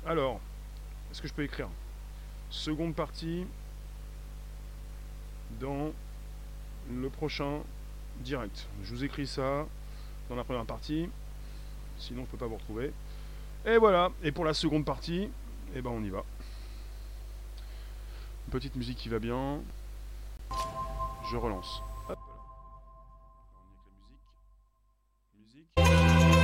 Alors, est-ce que je peux écrire seconde partie dans le prochain direct. Je vous écris ça dans la première partie, sinon je peux pas vous retrouver. Et voilà, et pour la seconde partie, eh ben on y va. Une petite musique qui va bien. Je relance. Hop. On y est avec la musique.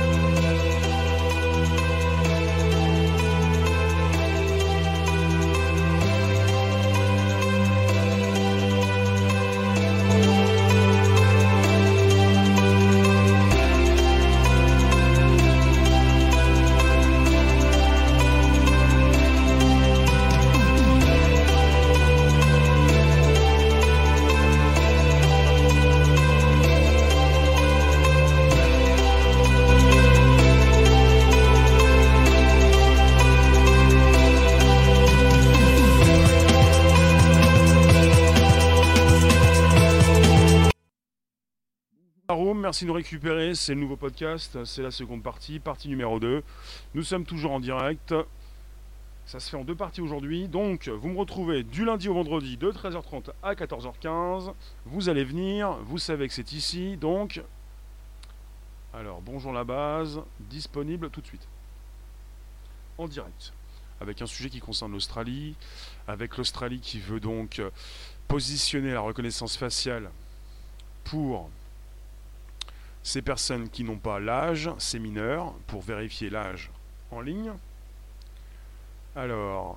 Merci de nous récupérer, c'est le nouveau podcast, c'est la seconde partie, partie numéro 2. Nous sommes toujours en direct, ça se fait en deux parties aujourd'hui, donc vous me retrouvez du lundi au vendredi de 13h30 à 14h15. Vous allez venir, vous savez que c'est ici, donc... Alors, bonjour la base, disponible tout de suite. En direct, avec un sujet qui concerne l'Australie, avec l'Australie qui veut donc positionner la reconnaissance faciale pour... ces personnes qui n'ont pas l'âge, ces mineurs, pour vérifier l'âge en ligne. Alors,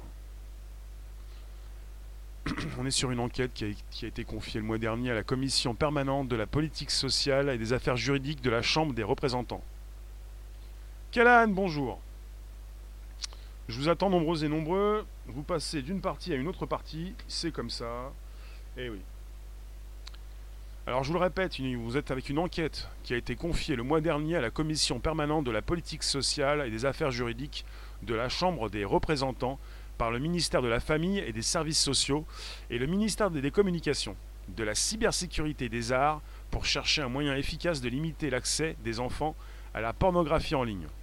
on est sur une enquête qui a été confiée le mois dernier à la Commission permanente de la politique sociale et des affaires juridiques de la Chambre des représentants. Callahan, bonjour. Je vous attends nombreux et nombreux. Vous passez d'une partie à une autre partie, c'est comme ça. Eh oui. Alors je vous le répète, vous êtes avec une enquête qui a été confiée le mois dernier à la Commission permanente de la politique sociale et des affaires juridiques de la Chambre des représentants par le ministère de la Famille et des Services sociaux et le ministère des Communications, de la cybersécurité et des arts pour chercher un moyen efficace de limiter l'accès des enfants à la pornographie en ligne.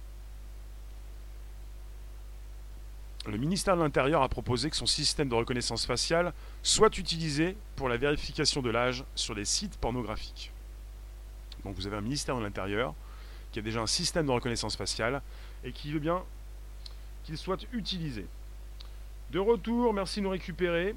Le ministère de l'Intérieur a proposé que son système de reconnaissance faciale soit utilisé pour la vérification de l'âge sur les sites pornographiques. Donc vous avez un ministère de l'Intérieur qui a déjà un système de reconnaissance faciale et qui veut bien qu'il soit utilisé. De retour, merci de nous récupérer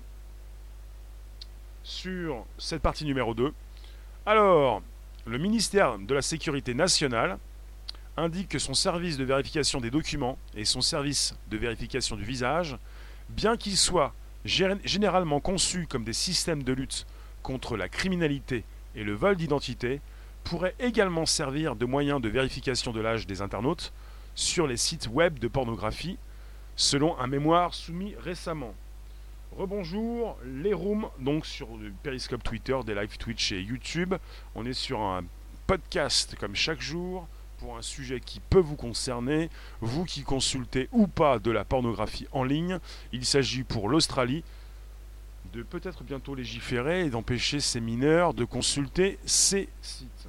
sur cette partie numéro 2. Alors, le ministère de la Sécurité nationale indique que son service de vérification des documents et son service de vérification du visage, bien qu'ils soient généralement conçus comme des systèmes de lutte contre la criminalité et le vol d'identité, pourraient également servir de moyens de vérification de l'âge des internautes sur les sites web de pornographie, selon un mémoire soumis récemment. Rebonjour, les rooms, donc sur le Periscope Twitter, des live Twitch et YouTube. On est sur un podcast comme chaque jour, pour un sujet qui peut vous concerner, vous qui consultez ou pas de la pornographie en ligne. Il s'agit pour l'Australie de peut-être bientôt légiférer et d'empêcher ces mineurs de consulter ces sites.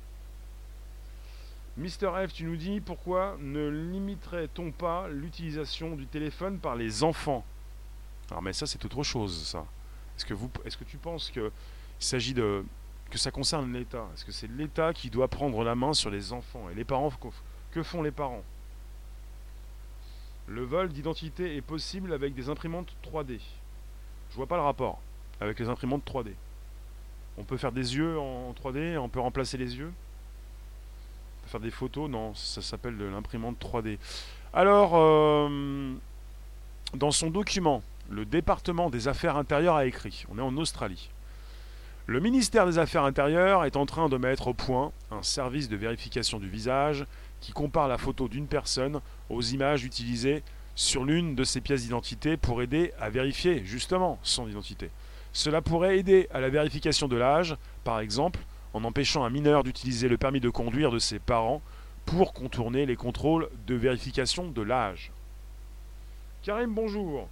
Mister F, tu nous dis pourquoi ne limiterait-on pas l'utilisation du téléphone par les enfants? Alors mais ça c'est autre chose ça. Est-ce que tu penses qu'il s'agit que ça concerne l'État? Est-ce que c'est l'État qui doit prendre la main sur les enfants? Et les parents, que font les parents? Le vol d'identité est possible avec des imprimantes 3D. Je vois pas le rapport avec les imprimantes 3D. On peut faire des yeux en 3D, on peut remplacer les yeux. On peut faire des photos, non, ça s'appelle de l'imprimante 3D. Alors, dans son document, le département des Affaires intérieures a écrit, on est en Australie. Le ministère des Affaires intérieures est en train de mettre au point un service de vérification du visage qui compare la photo d'une personne aux images utilisées sur l'une de ses pièces d'identité pour aider à vérifier justement son identité. Cela pourrait aider à la vérification de l'âge, par exemple, en empêchant un mineur d'utiliser le permis de conduire de ses parents pour contourner les contrôles de vérification de l'âge. Karim, bonjour.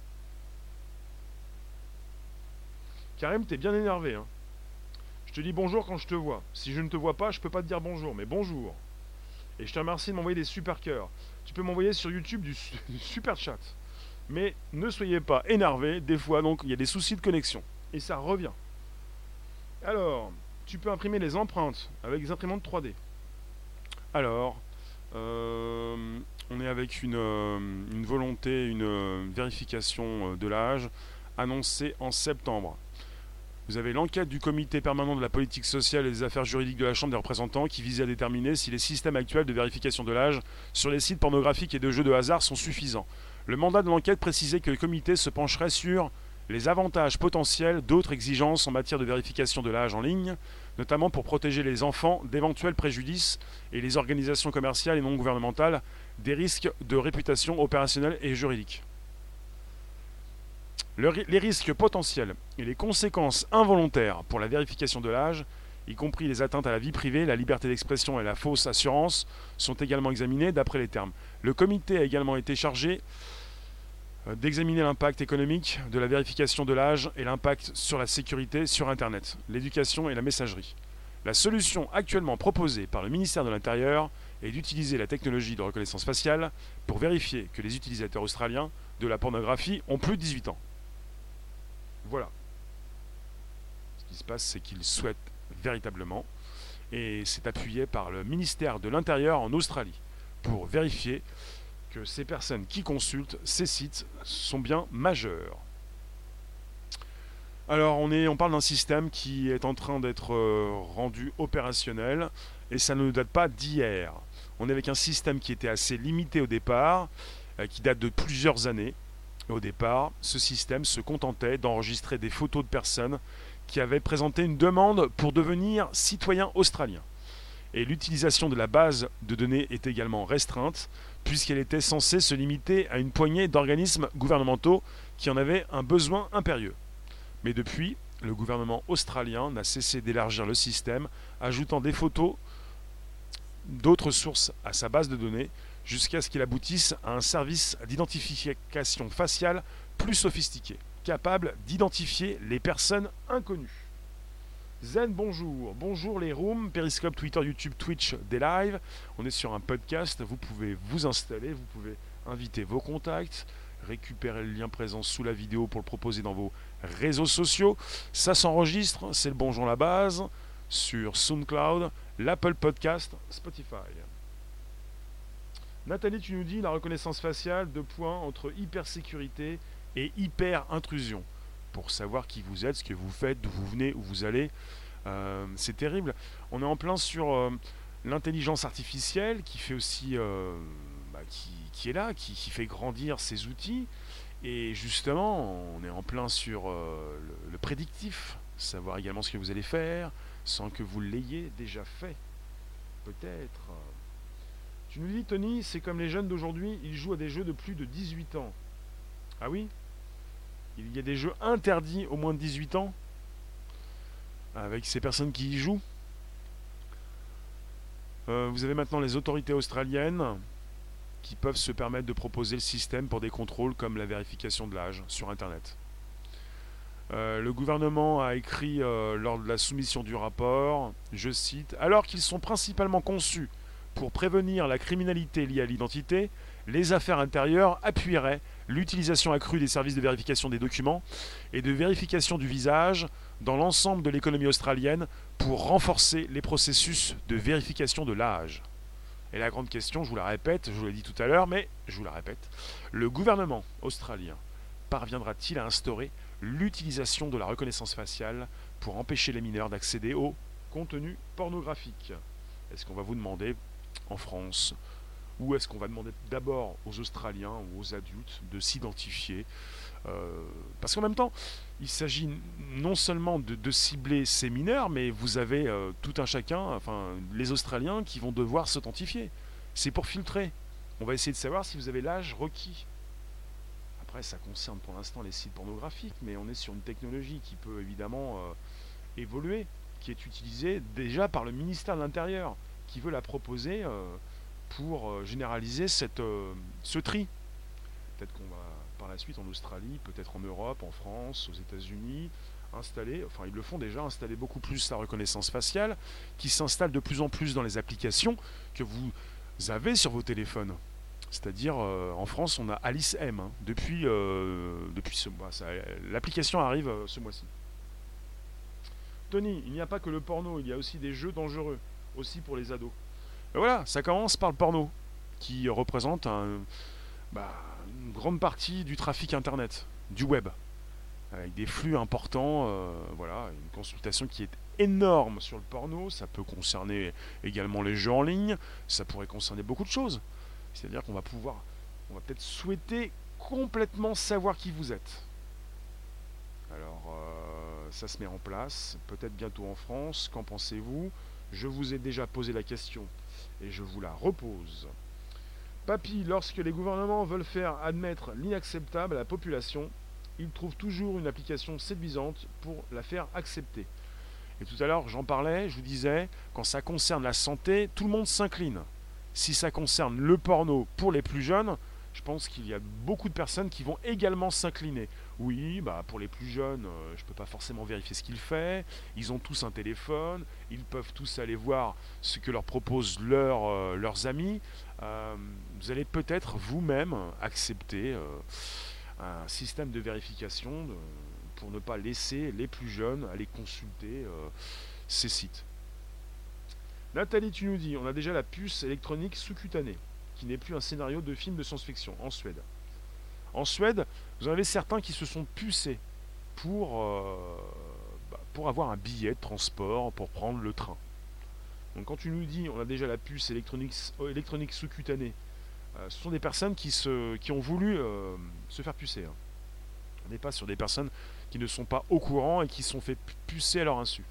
Karim, t'es bien énervé, hein. Je te dis bonjour quand je te vois. Si je ne te vois pas, je peux pas te dire bonjour, mais bonjour. Et je te remercie de m'envoyer des super cœurs. tu peux m'envoyer sur YouTube du super chat. Mais ne soyez pas énervés, des fois donc il y a des soucis de connexion. Et ça revient. Alors, tu peux imprimer les empreintes avec des imprimantes 3D. Alors, on est avec une volonté, une vérification de l'âge annoncée en septembre. Vous avez l'enquête du comité permanent de la politique sociale et des affaires juridiques de la Chambre des représentants qui visait à déterminer si les systèmes actuels de vérification de l'âge sur les sites pornographiques et de jeux de hasard sont suffisants. Le mandat de l'enquête précisait que le comité se pencherait sur les avantages potentiels d'autres exigences en matière de vérification de l'âge en ligne, notamment pour protéger les enfants d'éventuels préjudices et les organisations commerciales et non gouvernementales des risques de réputation opérationnelle et juridique. Les risques potentiels et les conséquences involontaires pour la vérification de l'âge, y compris les atteintes à la vie privée, la liberté d'expression et la fausse assurance, sont également examinés d'après les termes. Le comité a également été chargé d'examiner l'impact économique de la vérification de l'âge et l'impact sur la sécurité sur Internet, l'éducation et la messagerie. La solution actuellement proposée par le ministère de l'Intérieur est d'utiliser la technologie de reconnaissance faciale pour vérifier que les utilisateurs australiens de la pornographie ont plus de 18 ans. Voilà. Ce qui se passe, c'est qu'ils souhaitent véritablement, et c'est appuyé par le ministère de l'Intérieur en Australie, pour vérifier que ces personnes qui consultent ces sites sont bien majeures. Alors on parle d'un système qui est en train d'être rendu opérationnel, et ça ne date pas d'hier. On est avec un système qui était assez limité au départ, qui date de plusieurs années. Au départ, ce système se contentait d'enregistrer des photos de personnes qui avaient présenté une demande pour devenir citoyens australiens. Et l'utilisation de la base de données est également restreinte, puisqu'elle était censée se limiter à une poignée d'organismes gouvernementaux qui en avaient un besoin impérieux. Mais depuis, le gouvernement australien n'a cessé d'élargir le système, ajoutant des photos d'autres sources à sa base de données, jusqu'à ce qu'il aboutisse à un service d'identification faciale plus sophistiqué, capable d'identifier les personnes inconnues. Zen, bonjour. Bonjour les rooms, Periscope, Twitter, YouTube, Twitch, des lives. On est sur un podcast, vous pouvez vous installer, vous pouvez inviter vos contacts, récupérer le lien présent sous la vidéo pour le proposer dans vos réseaux sociaux. Ça s'enregistre, c'est le Bonjour la base, sur SoundCloud, l'Apple Podcast, Spotify. Nathalie, tu nous dis la reconnaissance faciale, entre hypersécurité et hyper-intrusion. Pour savoir qui vous êtes, ce que vous faites, d'où vous venez, où vous allez. C'est terrible. On est en plein sur l'intelligence artificielle qui fait aussi, qui est là, qui fait grandir ces outils. Et justement, on est en plein sur le prédictif, savoir également ce que vous allez faire, sans que vous l'ayez déjà fait. Peut-être. Tu nous dis, Tony, c'est comme les jeunes d'aujourd'hui, ils jouent à des jeux de plus de 18 ans. Ah oui? Il y a des jeux interdits aux moins de 18 ans avec ces personnes qui y jouent. Vous avez maintenant les autorités australiennes qui peuvent se permettre de proposer le système pour des contrôles comme la vérification de l'âge sur Internet. Le gouvernement a écrit lors de la soumission du rapport, je cite, « Alors qu'ils sont principalement conçus pour prévenir la criminalité liée à l'identité, les affaires intérieures appuieraient l'utilisation accrue des services de vérification des documents et de vérification du visage dans l'ensemble de l'économie australienne pour renforcer les processus de vérification de l'âge. » Et la grande question, je vous la répète, je vous l'ai dit tout à l'heure, mais je vous la répète, le gouvernement australien parviendra-t-il à instaurer l'utilisation de la reconnaissance faciale pour empêcher les mineurs d'accéder au contenu pornographique? Est-ce qu'on va vous demander en France, ou est-ce qu'on va demander d'abord aux Australiens ou aux adultes de s'identifier parce qu'en même temps, il s'agit non seulement de cibler ces mineurs, mais vous avez tout un chacun, enfin les Australiens qui vont devoir s'identifier. C'est pour filtrer. On va essayer de savoir si vous avez l'âge requis. Après, ça concerne pour l'instant les sites pornographiques, mais on est sur une technologie qui peut évidemment évoluer, qui est utilisée déjà par le ministère de l'Intérieur, qui veut la proposer pour généraliser ce tri. Peut-être qu'on va par la suite en Australie, peut-être en Europe, en France, aux États-Unis, installer, enfin ils le font déjà, installer beaucoup plus la reconnaissance faciale, qui s'installe de plus en plus dans les applications que vous avez sur vos téléphones. C'est-à-dire, en France, on a Alice M, hein, depuis ce mois. L'application arrive ce mois-ci. Tony, il n'y a pas que le porno, il y a aussi des jeux dangereux, aussi pour les ados. Et voilà, ça commence par le porno, qui représente bah, une grande partie du trafic Internet, du web, avec des flux importants, voilà, une consultation qui est énorme sur le porno. Ça peut concerner également les jeux en ligne, ça pourrait concerner beaucoup de choses. C'est-à-dire on va peut-être souhaiter complètement savoir qui vous êtes. Alors, ça se met en place, peut-être bientôt en France. Qu'en pensez-vous? Je vous ai déjà posé la question et je vous la repose. Papy, lorsque les gouvernements veulent faire admettre l'inacceptable à la population, ils trouvent toujours une application séduisante pour la faire accepter. Et tout à l'heure, j'en parlais, je vous disais, quand ça concerne la santé, tout le monde s'incline. Si ça concerne le porno pour les plus jeunes, je pense qu'il y a beaucoup de personnes qui vont également s'incliner. Oui, bah pour les plus jeunes, je ne peux pas forcément vérifier ce qu'il fait. Ils ont tous un téléphone, ils peuvent tous aller voir ce que leur proposent leurs amis. Vous allez peut-être vous-même accepter un système de vérification pour ne pas laisser les plus jeunes aller consulter ces sites. Nathalie, tu nous dis, on a déjà la puce électronique sous-cutanée, qui n'est plus un scénario de film de science-fiction, en Suède. En Suède, vous en avez certains qui se sont pucés pour avoir un billet de transport, pour prendre le train. Donc quand tu nous dis, on a déjà la puce électronique sous-cutanée, ce sont des personnes qui ont voulu se faire pucer. Hein. On n'est pas sur des personnes qui ne sont pas au courant et qui se sont fait pucer à leur insu.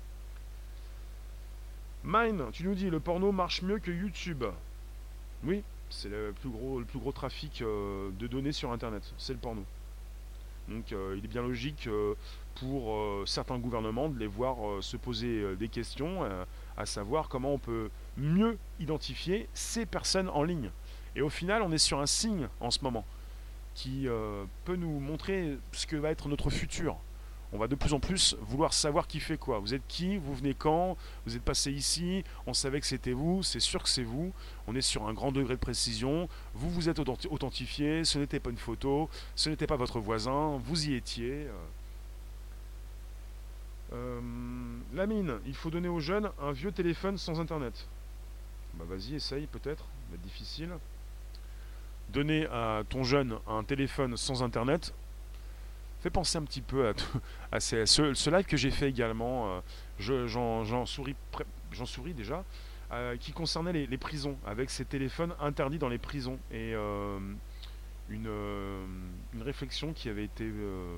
Mine, tu nous dis, le porno marche mieux que YouTube. Oui, c'est le plus gros trafic de données sur Internet, c'est le porno. Donc il est bien logique pour certains gouvernements de les voir se poser des questions, à savoir comment on peut mieux identifier ces personnes en ligne. Et au final, on est sur un signe en ce moment qui peut nous montrer ce que va être notre futur. On va de plus en plus vouloir savoir qui fait quoi. Vous êtes qui? Vous venez quand? Vous êtes passé ici? On savait que c'était vous, c'est sûr que c'est vous. On est sur un grand degré de précision. Vous vous êtes authentifié, ce n'était pas une photo, ce n'était pas votre voisin, vous y étiez. Lamine, il faut donner aux jeunes un vieux téléphone sans internet. Bah vas-y, essaye peut-être, ça va être difficile. Donner à ton jeune un téléphone sans internet, fait penser un petit peu à ce live que j'ai fait également. J'en souris déjà, qui concernait les prisons, avec ces téléphones interdits dans les prisons. Et une réflexion qui avait été.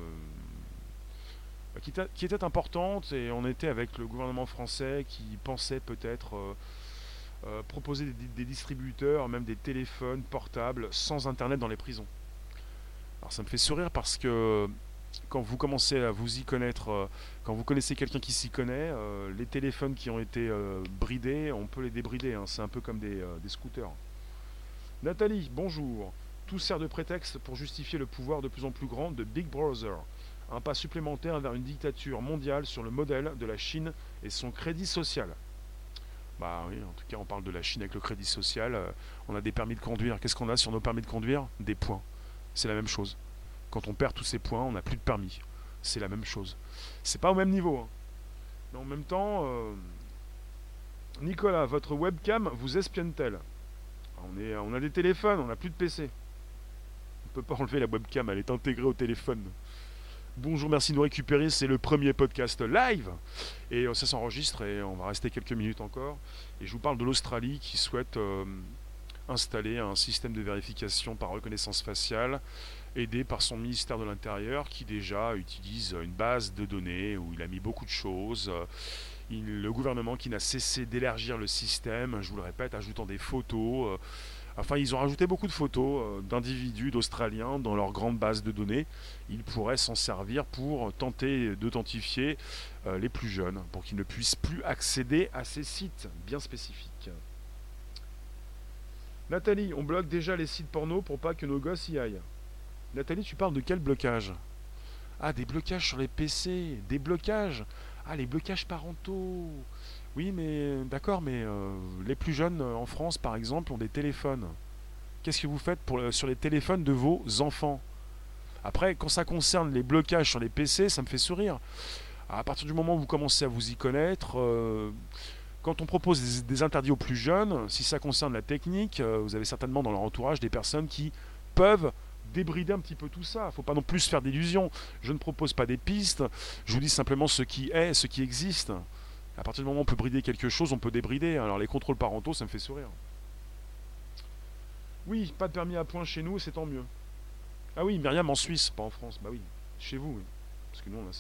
Qui était importante, et on était avec le gouvernement français qui pensait peut-être proposer des distributeurs, même des téléphones portables sans internet dans les prisons. Alors ça me fait sourire parce que quand vous commencez à vous y connaître, quand vous connaissez quelqu'un qui s'y connaît, les téléphones qui ont été bridés, on peut les débrider. Hein. C'est un peu comme des scooters. Nathalie, bonjour. Tout sert de prétexte pour justifier le pouvoir de plus en plus grand de Big Brother. Un pas supplémentaire vers une dictature mondiale sur le modèle de la Chine et son crédit social. Bah oui, en tout cas, on parle de la Chine avec le crédit social. On a des permis de conduire. Qu'est-ce qu'on a sur nos permis de conduire? Des points. C'est la même chose. Quand on perd tous ces points, on n'a plus de permis. C'est la même chose. C'est pas au même niveau. Hein. Mais en même temps, Nicolas, votre webcam vous espionne-t-elle? On a des téléphones, on n'a plus de PC. On peut pas enlever la webcam, elle est intégrée au téléphone. Bonjour, merci de nous récupérer, c'est le premier podcast live. Et ça s'enregistre et on va rester quelques minutes encore. Et je vous parle de l'Australie qui souhaite installer un système de vérification par reconnaissance faciale aidé par son ministère de l'Intérieur qui déjà utilise une base de données où il a mis beaucoup de choses. Le gouvernement qui n'a cessé d'élargir le système, je vous le répète, ajoutant des photos. Enfin, ils ont rajouté beaucoup de photos d'individus, d'Australiens dans leur grande base de données. Ils pourraient s'en servir pour tenter d'authentifier les plus jeunes, pour qu'ils ne puissent plus accéder à ces sites bien spécifiques. Nathalie, on bloque déjà les sites porno pour pas que nos gosses y aillent. Nathalie, tu parles de quel blocage? Ah, des blocages sur les PC, des blocages. Ah, les blocages parentaux. Oui, mais d'accord, mais les plus jeunes en France, par exemple, ont des téléphones Qu'est-ce que vous faites sur les téléphones de vos enfants? Après, quand ça concerne les blocages sur les PC, ça me fait sourire. À partir du moment où vous commencez à vous y connaître, quand on propose des interdits aux plus jeunes, si ça concerne la technique, vous avez certainement dans leur entourage des personnes qui peuvent débrider un petit peu tout ça. Il ne faut pas non plus se faire d'illusions. Je ne propose pas des pistes, je vous dis simplement ce qui est, ce qui existe. À partir du moment où on peut brider quelque chose, on peut débrider. Alors les contrôles parentaux, ça me fait sourire. Oui, pas de permis à point chez nous, c'est tant mieux. Ah oui, Myriam en Suisse, pas en France. Bah oui, chez vous, oui. Parce que nous on a ça.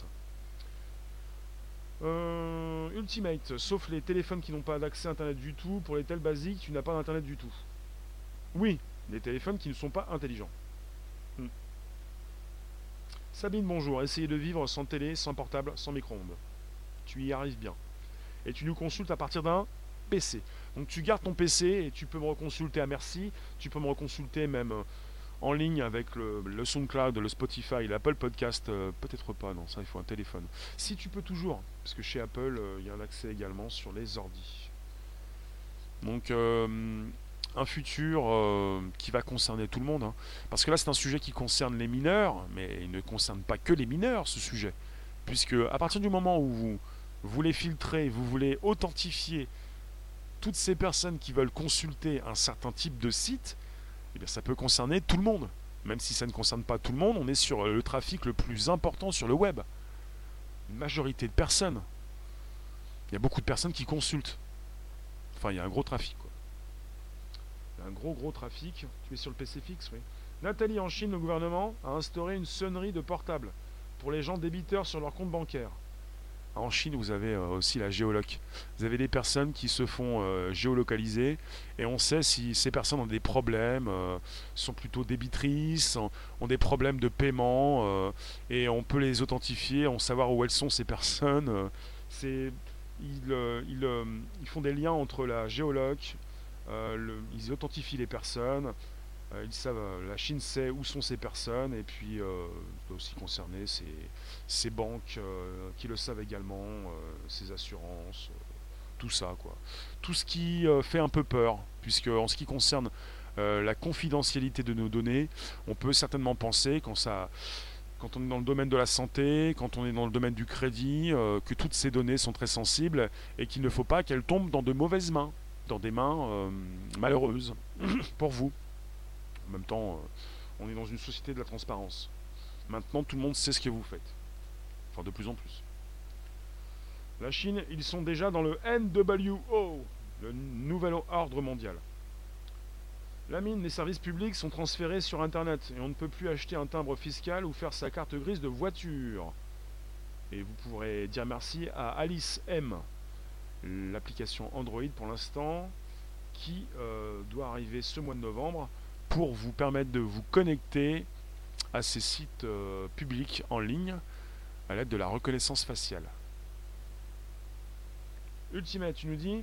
Ultimate, sauf les téléphones qui n'ont pas d'accès à Internet du tout, pour les tels basiques, tu n'as pas d'Internet du tout. Oui, les téléphones qui ne sont pas intelligents. Hmm. Sabine, bonjour. Essayez de vivre sans télé, sans portable, sans micro-ondes. Tu y arrives bien. Et tu nous consultes à partir d'un PC. Donc tu gardes ton PC et tu peux me reconsulter à merci. Tu peux me reconsulter même en ligne avec le SoundCloud, le Spotify, l'Apple Podcast. Peut-être pas, non, ça il faut un téléphone. Si tu peux toujours, parce que chez Apple, il y a un accès également sur les ordis. Donc un futur qui va concerner tout le monde. Hein. Parce que là c'est un sujet qui concerne les mineurs, mais il ne concerne pas que les mineurs ce sujet. Puisque à partir du moment où vous voulez filtrer, vous voulez authentifier toutes ces personnes qui veulent consulter un certain type de site, eh bien ça peut concerner tout le monde. Même si ça ne concerne pas tout le monde, on est sur le trafic le plus important sur le web. Une majorité de personnes. Il y a beaucoup de personnes qui consultent. Enfin, il y a un gros trafic, quoi. Il y a un gros trafic. Tu es sur le PC fixe, oui. Nathalie, en Chine, le gouvernement a instauré une sonnerie de portable pour les gens débiteurs sur leur compte bancaire. En Chine, vous avez aussi la géoloc. Vous avez des personnes qui se font géolocaliser et on sait si ces personnes ont des problèmes, sont plutôt débitrices, ont des problèmes de paiement et on peut les authentifier, on savoir où elles sont ces personnes. Ils font des liens entre la géoloc, ils authentifient les personnes. Ils savent, la Chine sait où sont ces personnes et puis peut aussi concerner ces banques qui le savent également, ces assurances, tout ça quoi. Tout ce qui fait un peu peur, puisque en ce qui concerne la confidentialité de nos données, on peut certainement penser quand on est dans le domaine de la santé, quand on est dans le domaine du crédit, que toutes ces données sont très sensibles et qu'il ne faut pas qu'elles tombent dans de mauvaises mains, dans des mains malheureuses pour vous. En même temps, on est dans une société de la transparence. Maintenant, tout le monde sait ce que vous faites. Enfin, de plus en plus. La Chine, ils sont déjà dans le NWO, le nouvel ordre mondial. La mine, les services publics sont transférés sur Internet et on ne peut plus acheter un timbre fiscal ou faire sa carte grise de voiture. Et vous pourrez dire merci à Alice M, l'application Android pour l'instant, qui doit arriver ce mois de novembre, pour vous permettre de vous connecter à ces sites publics en ligne à l'aide de la reconnaissance faciale. Ultimate, tu nous dis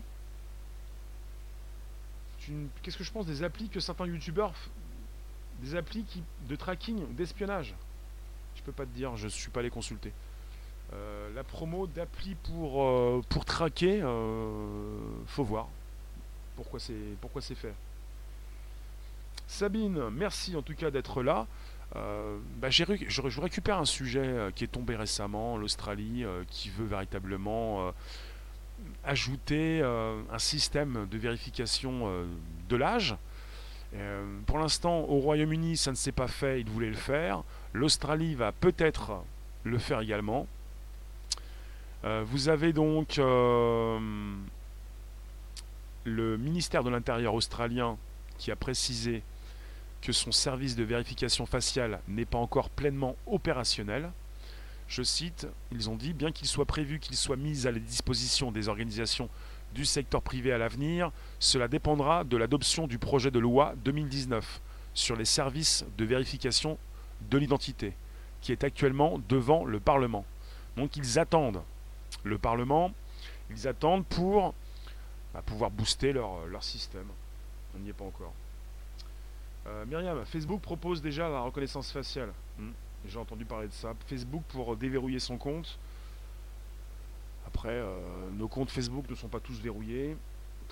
qu'est-ce que je pense des applis que certains youtubeurs des applis de tracking ou d'espionnage? Je peux pas te dire, je suis pas allé consulter. La promo d'appli pour traquer, faut voir pourquoi c'est fait. Sabine, merci en tout cas d'être là. Je récupère un sujet qui est tombé récemment, l'Australie, qui veut véritablement ajouter un système de vérification de l'âge. Pour l'instant, au Royaume-Uni, ça ne s'est pas fait, ils voulaient le faire. L'Australie va peut-être le faire également. Vous avez donc le ministère de l'Intérieur australien qui a précisé que son service de vérification faciale n'est pas encore pleinement opérationnel. Je cite, ils ont dit, bien qu'il soit prévu qu'il soit mis à la disposition des organisations du secteur privé à l'avenir, cela dépendra de l'adoption du projet de loi 2019 sur les services de vérification de l'identité, qui est actuellement devant le Parlement. Donc ils attendent le Parlement, ils attendent pour pouvoir booster leur système. On n'y est pas encore. Myriam, Facebook propose déjà la reconnaissance faciale. J'ai entendu parler de ça. Facebook pour déverrouiller son compte. Après, nos comptes Facebook ne sont pas tous verrouillés.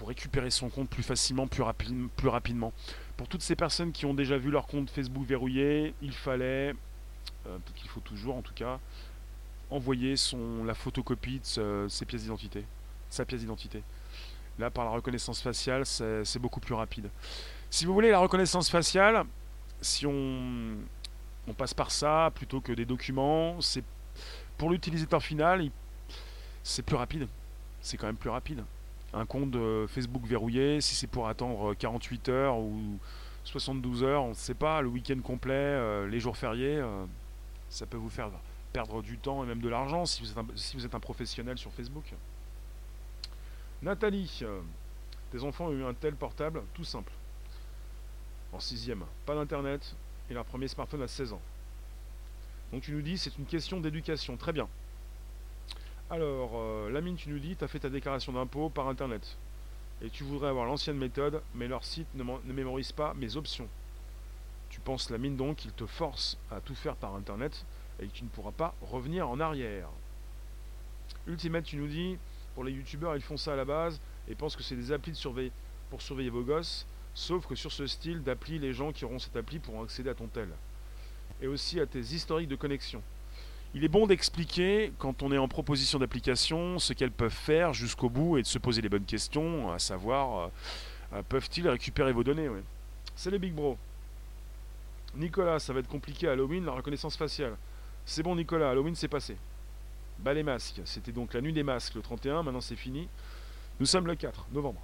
pour récupérer son compte plus facilement, plus rapidement. Pour toutes ces personnes qui ont déjà vu leur compte Facebook verrouillé, il fallait, peut-être qu'il faut toujours en tout cas, envoyer la photocopie de ses pièces d'identité, sa pièce d'identité. Là, par la reconnaissance faciale, c'est beaucoup plus rapide. Si vous voulez la reconnaissance faciale, si on passe par ça plutôt que des documents, c'est pour l'utilisateur final, c'est plus rapide. C'est quand même plus rapide. Un compte Facebook verrouillé, si c'est pour attendre 48 heures ou 72 heures, on ne sait pas, le week-end complet, les jours fériés, ça peut vous faire perdre du temps et même de l'argent si vous êtes un professionnel sur Facebook. Nathalie, tes enfants ont eu un tel portable, tout simple. En 6e, pas d'internet et leur premier smartphone à 16 ans. Donc tu nous dis c'est une question d'éducation, très bien. Alors, Lamine, tu nous dis tu as fait ta déclaration d'impôt par internet et tu voudrais avoir l'ancienne méthode, mais leur site ne mémorise pas mes options. Tu penses, Lamine, donc qu'ils te forcent à tout faire par internet et que tu ne pourras pas revenir en arrière. Ultimate, tu nous dis pour les youtubeurs, ils font ça à la base et pensent que c'est des applis pour surveiller vos gosses, sauf que sur ce style d'appli, les gens qui auront cette appli pourront accéder à ton tel et aussi à tes historiques de connexion. Il est bon d'expliquer, quand on est en proposition d'application, ce qu'elles peuvent faire jusqu'au bout et de se poser les bonnes questions, à savoir, peuvent-ils récupérer vos données, ouais. C'est les Big Bro. Nicolas, ça va être compliqué à Halloween, la reconnaissance faciale. C'est bon Nicolas, Halloween c'est passé. Bah les masques, c'était donc la nuit des masques le 31, maintenant c'est fini. Nous sommes le 4 novembre.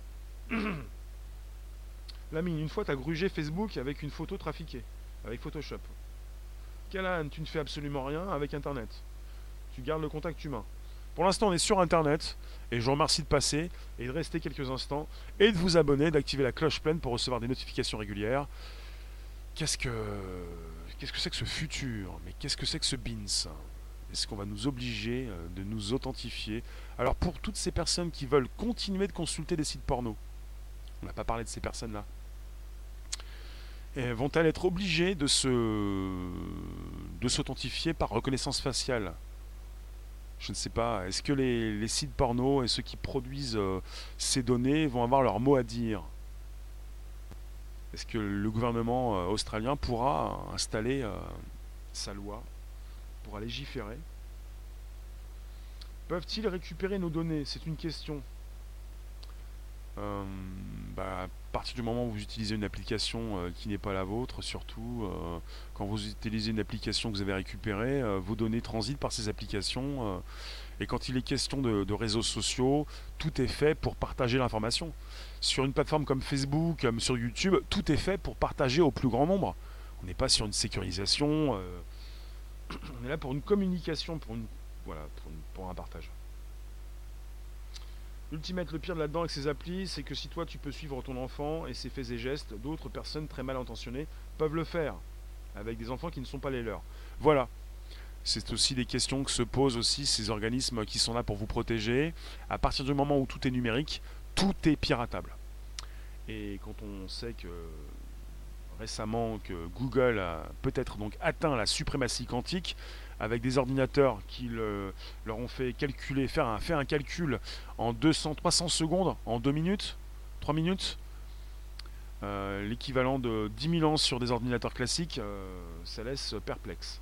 Lamine, une fois t'as grugé Facebook avec une photo trafiquée, avec Photoshop. Callahan, tu ne fais absolument rien avec Internet. Tu gardes le contact humain. Pour l'instant, on est sur Internet, et je vous remercie de passer, et de rester quelques instants, et de vous abonner, d'activer la cloche pleine pour recevoir des notifications régulières. Qu'est-ce que c'est que ce futur? Mais qu'est-ce que c'est que ce BINS? Est-ce qu'on va nous obliger de nous authentifier? Alors pour toutes ces personnes qui veulent continuer de consulter des sites porno, on n'a pas parlé de ces personnes-là, vont-elles être obligées de s'authentifier par reconnaissance faciale? Je ne sais pas. Est-ce que les sites porno et ceux qui produisent ces données vont avoir leur mot à dire? Est-ce que le gouvernement australien pourra installer sa loi pour légiférer? Peuvent-ils récupérer nos données? C'est une question. À partir du moment où vous utilisez une application qui n'est pas la vôtre, surtout quand vous utilisez une application que vous avez récupérée, vos données transitent par ces applications. Et quand il est question de réseaux sociaux, tout est fait pour partager l'information. Sur une plateforme comme Facebook, comme sur YouTube, tout est fait pour partager au plus grand nombre. On n'est pas sur une sécurisation. On est là pour une communication, pour un partage. Ultimate, le pire de là-dedans avec ces applis, c'est que si toi tu peux suivre ton enfant et ses faits et gestes, d'autres personnes très mal intentionnées peuvent le faire, avec des enfants qui ne sont pas les leurs. Voilà. C'est aussi des questions que se posent aussi ces organismes qui sont là pour vous protéger. À partir du moment où tout est numérique, tout est piratable. Et quand on sait que récemment que Google a peut-être donc atteint la suprématie quantique avec des ordinateurs qui leur ont fait calculer, faire un calcul en 200-300 secondes, en 2 minutes, 3 minutes, l'équivalent de 10 000 ans sur des ordinateurs classiques, ça laisse perplexe.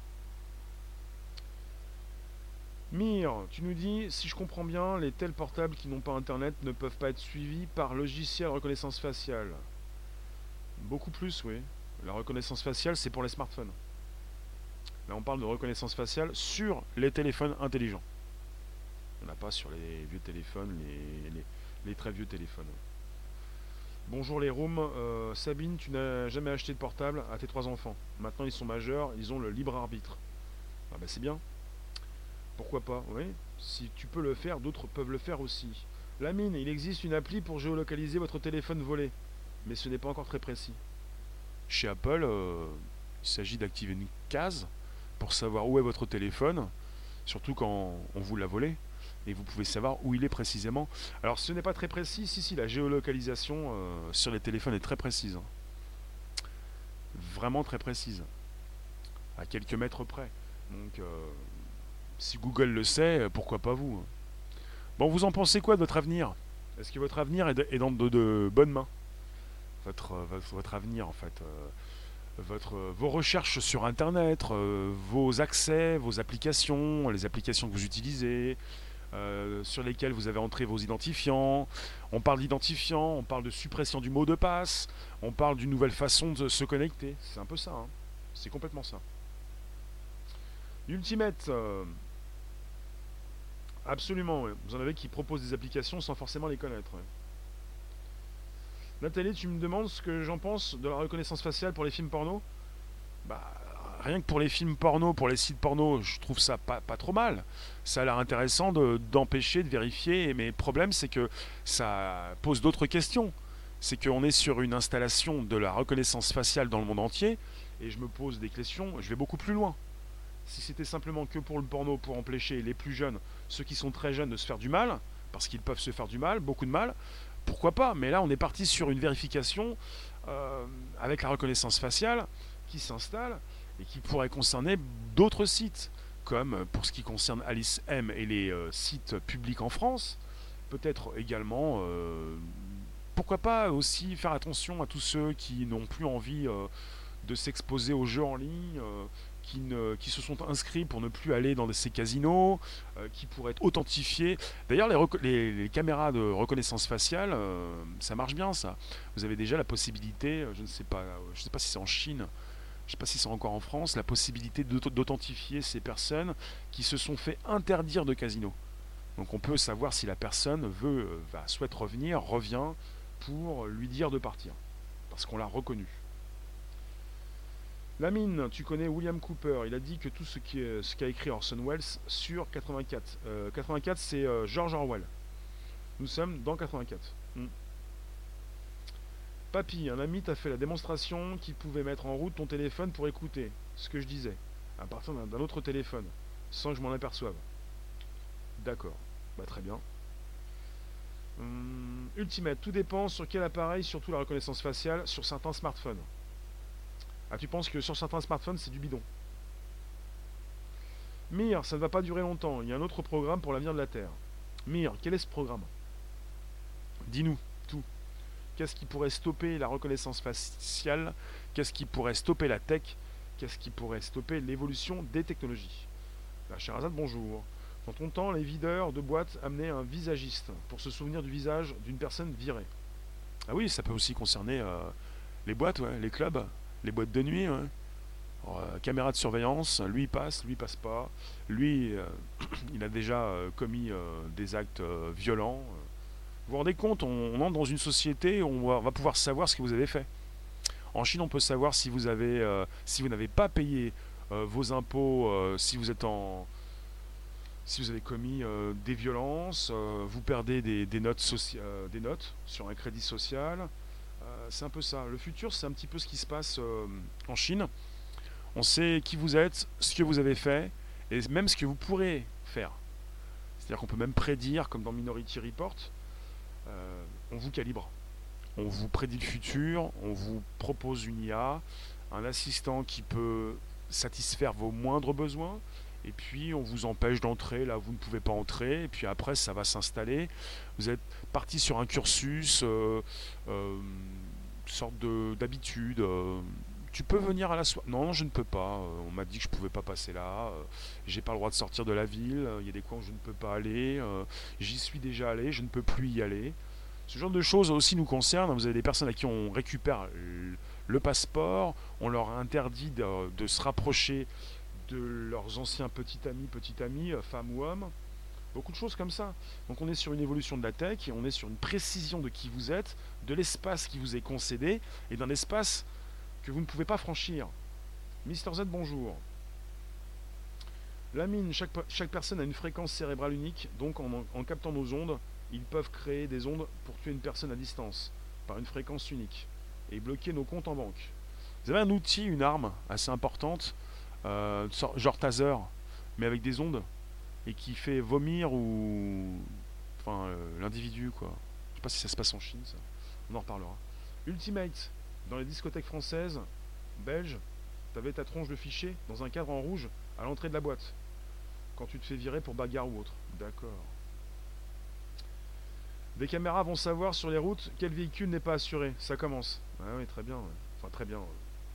Mire, tu nous dis, si je comprends bien, les tels portables qui n'ont pas internet ne peuvent pas être suivis par logiciel reconnaissance faciale. Beaucoup plus, oui. La reconnaissance faciale, c'est pour les smartphones. Là, on parle de reconnaissance faciale sur les téléphones intelligents. On n'a pas sur les vieux téléphones, les très vieux téléphones. Bonjour les rooms. Sabine, tu n'as jamais acheté de portable à tes 3 enfants. Maintenant, ils sont majeurs, ils ont le libre arbitre. Ah bah c'est bien. Pourquoi pas, oui. Si tu peux le faire, d'autres peuvent le faire aussi. Lamine, il existe une appli pour géolocaliser votre téléphone volé. Mais ce n'est pas encore très précis. Chez Apple, il s'agit d'activer une case pour savoir où est votre téléphone, surtout quand on vous l'a volé, et vous pouvez savoir où il est précisément. Alors ce n'est pas très précis, si, la géolocalisation sur les téléphones est très précise. Vraiment très précise. À quelques mètres près. Donc si Google le sait, pourquoi pas vous? Bon, vous en pensez quoi de votre avenir? Est-ce que votre avenir est dans de bonnes mains? Votre avenir, en fait. Vos recherches sur Internet, vos accès, vos applications, les applications que vous utilisez, sur lesquelles vous avez entré vos identifiants. On parle d'identifiants, on parle de suppression du mot de passe, on parle d'une nouvelle façon de se connecter. C'est un peu ça, hein. C'est complètement ça. Ultimate, absolument, ouais. Vous en avez qui proposent des applications sans forcément les connaître, ouais. Nathalie, tu me demandes ce que j'en pense de la reconnaissance faciale pour les films porno? Bah, rien que pour les films porno, pour les sites porno, je trouve ça pas trop mal. Ça a l'air intéressant d'empêcher, de vérifier, mais le problème c'est que ça pose d'autres questions. C'est qu'on est sur une installation de la reconnaissance faciale dans le monde entier, et je me pose des questions, je vais beaucoup plus loin. Si c'était simplement que pour le porno, pour empêcher les plus jeunes, ceux qui sont très jeunes, de se faire du mal, parce qu'ils peuvent se faire du mal, beaucoup de mal, pourquoi pas? Mais là, on est parti sur une vérification avec la reconnaissance faciale qui s'installe et qui pourrait concerner d'autres sites, comme pour ce qui concerne Alice M et les sites publics en France, peut-être également, pourquoi pas aussi faire attention à tous ceux qui n'ont plus envie de s'exposer aux jeux en ligne, qui se sont inscrits pour ne plus aller dans ces casinos, qui pourraient être authentifiés. D'ailleurs, les caméras de reconnaissance faciale, ça marche bien ça. Vous avez déjà la possibilité, je ne sais pas si c'est en Chine, je ne sais pas si c'est encore en France, la possibilité d'authentifier ces personnes qui se sont fait interdire de casino. Donc on peut savoir si la personne souhaite revenir, revient pour lui dire de partir, parce qu'on l'a reconnu. La mine, tu connais William Cooper, il a dit que tout ce qu'a écrit Orson Welles sur 84. 84, c'est George Orwell. Nous sommes dans 84. Papy, un ami t'a fait la démonstration qu'il pouvait mettre en route ton téléphone pour écouter ce que je disais, à partir d'un autre téléphone, sans que je m'en aperçoive. D'accord, bah très bien. Ultimate, tout dépend sur quel appareil, surtout la reconnaissance faciale, sur certains smartphones. Ah, tu penses que sur certains smartphones, c'est du bidon? Mir, ça ne va pas durer longtemps. Il y a un autre programme pour l'avenir de la Terre. Mir, quel est ce programme? Dis-nous tout. Qu'est-ce qui pourrait stopper la reconnaissance faciale? Qu'est-ce qui pourrait stopper la tech? Qu'est-ce qui pourrait stopper l'évolution des technologies? La Sherazade, bonjour. Dans ton temps, les videurs de boîtes amenaient un visagiste pour se souvenir du visage d'une personne virée. Ah oui, ça peut aussi concerner les boîtes, ouais, les clubs, les boîtes de nuit, ouais. Alors, caméra de surveillance, lui il passe pas. Lui, il a déjà commis des actes violents. Vous vous rendez compte, on entre dans une société où on va pouvoir savoir ce que vous avez fait. En Chine, on peut savoir si vous n'avez pas payé vos impôts, si vous avez commis des violences, vous perdez des notes sur un crédit social. C'est un peu ça. Le futur, c'est un petit peu ce qui se passe en Chine. On sait qui vous êtes, ce que vous avez fait, et même ce que vous pourrez faire. C'est-à-dire qu'on peut même prédire, comme dans Minority Report, on vous calibre. On vous prédit le futur, on vous propose une IA, un assistant qui peut satisfaire vos moindres besoins, et puis on vous empêche d'entrer là où vous ne pouvez pas entrer, et puis après ça va s'installer. Vous êtes parti sur un cursus, sorte d'habitude. Tu peux venir à la soirée? Non, je ne peux pas. On m'a dit que je pouvais pas passer là. J'ai pas le droit de sortir de la ville. Il y a des coins où je ne peux pas aller. J'y suis déjà allé, je ne peux plus y aller. Ce genre de choses aussi nous concerne. Vous avez des personnes à qui on récupère le passeport, on leur interdit de se rapprocher de leurs anciens petits amis, femmes ou hommes. Beaucoup de choses comme ça. Donc on est sur une évolution de la tech, et on est sur une précision de qui vous êtes, de l'espace qui vous est concédé, et d'un espace que vous ne pouvez pas franchir. Mister Z, bonjour. La mine, chaque personne a une fréquence cérébrale unique, donc en captant nos ondes, ils peuvent créer des ondes pour tuer une personne à distance, par une fréquence unique, et bloquer nos comptes en banque. Vous avez un outil, une arme assez importante, genre taser, mais avec des ondes, et qui fait vomir l'individu, quoi. Je sais pas si ça se passe en Chine, ça. On en reparlera. Ultimate, dans les discothèques françaises, belges, t'avais ta tronche de fichier dans un cadre en rouge à l'entrée de la boîte, quand tu te fais virer pour bagarre ou autre. D'accord. Des caméras vont savoir sur les routes quel véhicule n'est pas assuré. Ça commence. Ah oui, très bien. Ouais. Enfin, très bien.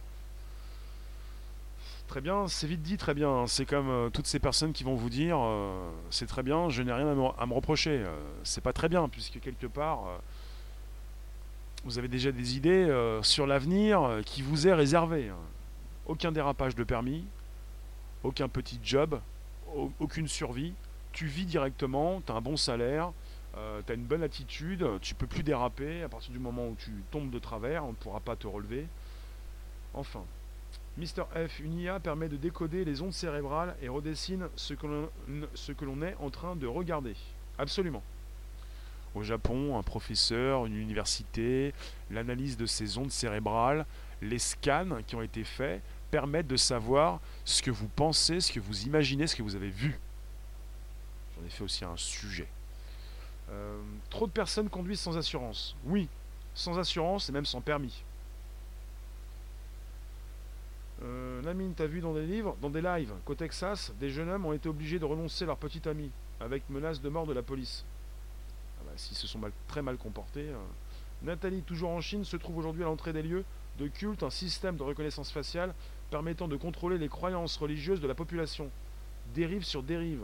Très bien, c'est vite dit, très bien. C'est comme toutes ces personnes qui vont vous dire c'est très bien, je n'ai rien à me reprocher. C'est pas très bien, puisque quelque part, vous avez déjà des idées sur l'avenir qui vous est réservé. Hein. Aucun dérapage de permis, aucun petit job, aucune survie. Tu vis directement, tu as un bon salaire, tu as une bonne attitude, tu peux plus déraper. À partir du moment où tu tombes de travers, on ne pourra pas te relever. Enfin, Mister F, une IA permet de décoder les ondes cérébrales et redessine ce que l'on est en train de regarder. Absolument. Au Japon, un professeur, une université, l'analyse de ces ondes cérébrales, les scans qui ont été faits permettent de savoir ce que vous pensez, ce que vous imaginez, ce que vous avez vu. J'en ai fait aussi un sujet. Trop de personnes conduisent sans assurance. Oui, sans assurance et même sans permis. Lamine, t'as vu dans des livres, dans des lives, qu'au Texas, des jeunes hommes ont été obligés de renoncer à leur petit ami, avec menace de mort de la police. Ah bah, s'ils se sont très mal comportés. Nathalie, toujours en Chine, se trouve aujourd'hui à l'entrée des lieux de culte un système de reconnaissance faciale permettant de contrôler les croyances religieuses de la population. Dérive sur dérive.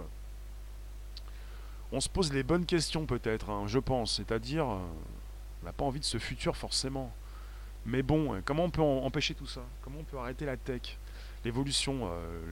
On se pose les bonnes questions peut-être, hein, je pense, c'est-à-dire, on n'a pas envie de ce futur forcément. Mais bon, comment on peut empêcher tout ça? Comment on peut arrêter la tech? L'évolution,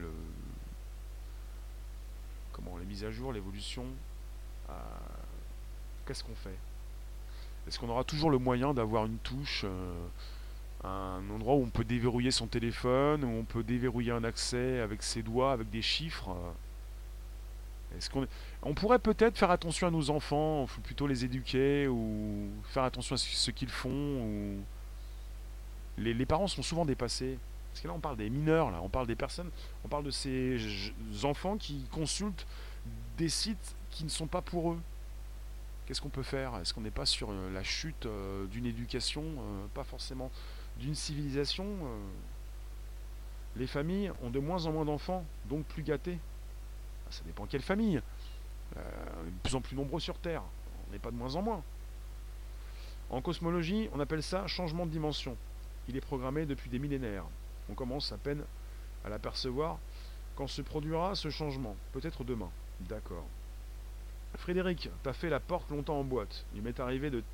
comment les mises à jour, l'évolution, euh, qu'est-ce qu'on fait? Est-ce qu'on aura toujours le moyen d'avoir une touche, un endroit où on peut déverrouiller son téléphone, où on peut déverrouiller un accès avec ses doigts, avec des chiffres Est-ce on pourrait peut-être faire attention à nos enfants, ou plutôt les éduquer, ou faire attention à ce qu'ils font, ou les parents sont souvent dépassés. Parce que là, on parle des mineurs, là, on parle des personnes, on parle de ces enfants qui consultent des sites qui ne sont pas pour eux. Qu'est-ce qu'on peut faire? Est-ce qu'on n'est pas sur la chute d'une éducation, pas forcément d'une civilisation Les familles ont de moins en moins d'enfants, donc plus gâtés. Ça dépend quelle famille. On est de plus en plus nombreux sur Terre. On n'est pas de moins en moins. En cosmologie, on appelle ça changement de dimension. Il est programmé depuis des millénaires. On commence à peine à l'apercevoir quand se produira ce changement. Peut-être demain. D'accord. Frédéric, t'as fait la porte longtemps en boîte. Il m'est arrivé de...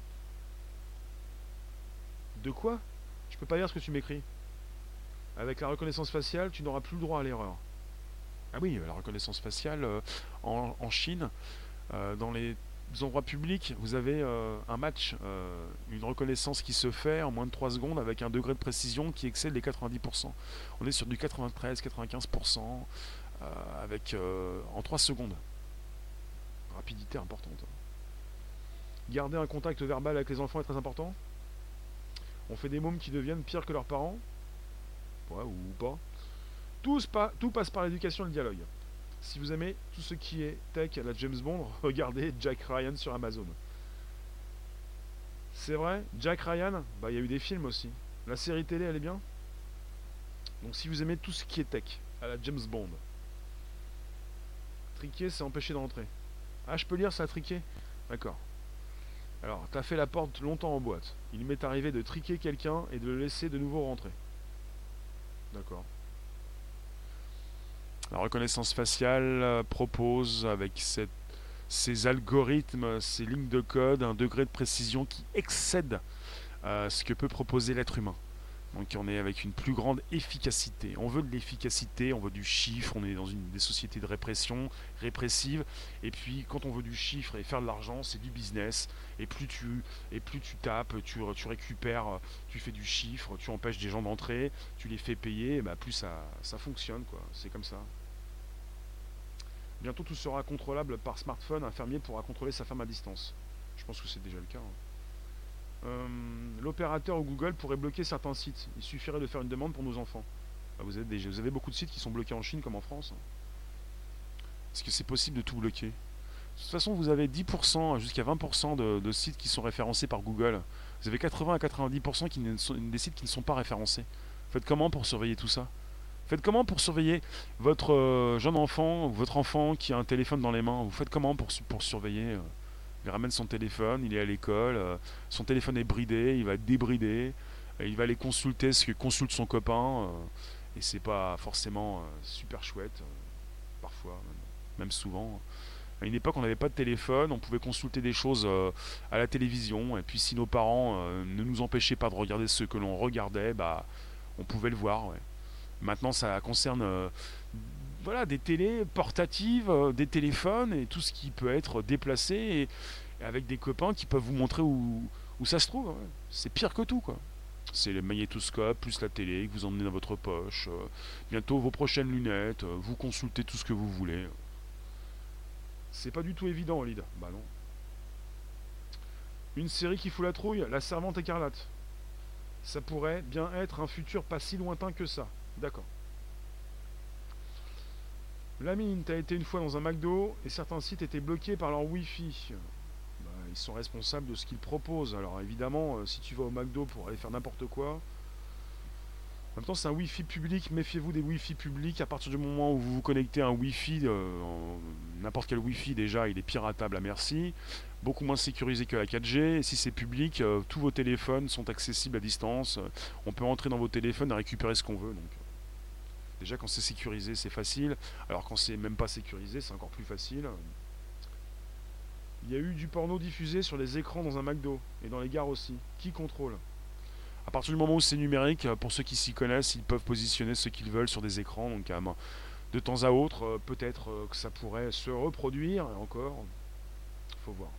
De quoi? Je peux pas lire ce que tu m'écris. Avec la reconnaissance faciale, tu n'auras plus le droit à l'erreur. Ah oui, la reconnaissance faciale en Chine, dans les endroits publics, vous avez un match, une reconnaissance qui se fait en moins de 3 secondes avec un degré de précision qui excède les 90%. On est sur du 93-95% en 3 secondes. Rapidité importante. Garder un contact verbal avec les enfants est très important. On fait des mômes qui deviennent pires que leurs parents. Ouais, ou pas. Tout passe par l'éducation et le dialogue. Si vous aimez tout ce qui est tech à la James Bond, regardez Jack Ryan sur Amazon. C'est vrai, Jack Ryan, bah il y a eu des films aussi. La série télé, elle est bien. Donc si vous aimez tout ce qui est tech à la James Bond, triquer, c'est empêcher d'entrer. Ah, je peux lire ça, triquer? D'accord. Alors, t'as fait la porte longtemps en boîte. Il m'est arrivé de triquer quelqu'un et de le laisser de nouveau rentrer. D'accord. La reconnaissance faciale propose, avec ces algorithmes, ces lignes de code, un degré de précision qui excède ce que peut proposer l'être humain. Donc on est avec une plus grande efficacité. On veut de l'efficacité, on veut du chiffre, on est dans des sociétés de répression, répressives. Et puis quand on veut du chiffre et faire de l'argent, c'est du business. Et plus tu tapes, tu récupères, tu fais du chiffre, tu empêches des gens d'entrer, tu les fais payer, et bah plus ça fonctionne, quoi. C'est comme ça. Bientôt tout sera contrôlable par smartphone, un fermier pourra contrôler sa femme à distance. Je pense que c'est déjà le cas. L'opérateur ou Google pourrait bloquer certains sites. Il suffirait de faire une demande pour nos enfants. Bah, vous avez beaucoup de sites qui sont bloqués en Chine comme en France. Est-ce que c'est possible de tout bloquer? De toute façon, vous avez 10% jusqu'à 20% de sites qui sont référencés par Google. Vous avez 80 à 90% des sites qui ne sont pas référencés. Faites comment pour surveiller tout ça? Faites comment pour surveiller votre jeune enfant ou votre enfant qui a un téléphone dans les mains? Vous faites comment pour surveiller Il ramène son téléphone, il est à l'école, son téléphone est bridé, il va être débridé, il va aller consulter ce que consulte son copain, et c'est pas forcément super chouette, parfois, même souvent. À une époque, on n'avait pas de téléphone, on pouvait consulter des choses à la télévision, et puis si nos parents ne nous empêchaient pas de regarder ce que l'on regardait, bah, on pouvait le voir. Ouais. Maintenant, ça concerne voilà, des télés portatives, des téléphones et tout ce qui peut être déplacé et avec des copains qui peuvent vous montrer où ça se trouve. Ouais. C'est pire que tout, quoi. C'est le magnétoscope plus la télé que vous emmenez dans votre poche. Bientôt vos prochaines lunettes, vous consultez tout ce que vous voulez. C'est pas du tout évident, Lyd. Bah non. Une série qui fout la trouille, La Servante écarlate. Ça pourrait bien être un futur pas si lointain que ça. D'accord. Lamine, t'as été une fois dans un McDo et certains sites étaient bloqués par leur Wi-Fi. Bah, ils sont responsables de ce qu'ils proposent. Alors évidemment, si tu vas au McDo pour aller faire n'importe quoi, en même temps c'est un Wi-Fi public, méfiez-vous des Wi-Fi publics. À partir du moment où vous vous connectez à un Wi-Fi, n'importe quel Wi-Fi déjà, il est piratable à merci. Beaucoup moins sécurisé que la 4G. Et si c'est public, tous vos téléphones sont accessibles à distance. On peut entrer dans vos téléphones et récupérer ce qu'on veut. Donc. Déjà quand c'est sécurisé c'est facile, alors quand c'est même pas sécurisé c'est encore plus facile. Il y a eu du porno diffusé sur les écrans dans un McDo et dans les gares aussi. Qui contrôle? À partir du moment où c'est numérique, pour ceux qui s'y connaissent, ils peuvent positionner ce qu'ils veulent sur des écrans. Donc de temps à autre, peut-être que ça pourrait se reproduire. Et encore, faut voir.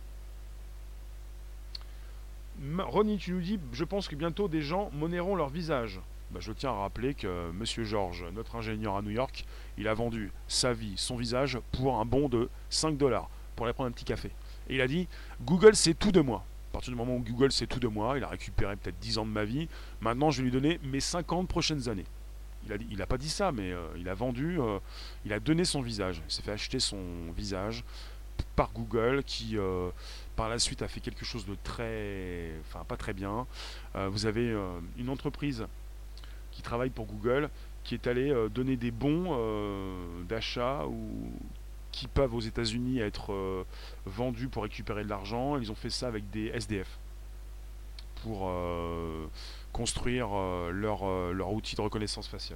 Ronnie, tu nous dis, je pense que bientôt des gens monnaieront leur visage. Bah, je tiens à rappeler que Monsieur George, notre ingénieur à New York, il a vendu sa vie, son visage, pour un bon de 5 dollars pour aller prendre un petit café. Et il a dit, Google c'est tout de moi. À partir du moment où Google c'est tout de moi, il a récupéré peut-être 10 ans de ma vie. Maintenant, je vais lui donner mes 50 prochaines années. Il a pas dit ça, mais il a vendu, il a donné son visage. Il s'est fait acheter son visage par Google qui par la suite a fait quelque chose de très, enfin pas très bien. Vous avez une entreprise qui travaille pour Google qui est allée donner des bons d'achat ou qui peuvent aux États-Unis être vendus pour récupérer de l'argent. Ils ont fait ça avec des SDF pour construire leur outil de reconnaissance faciale.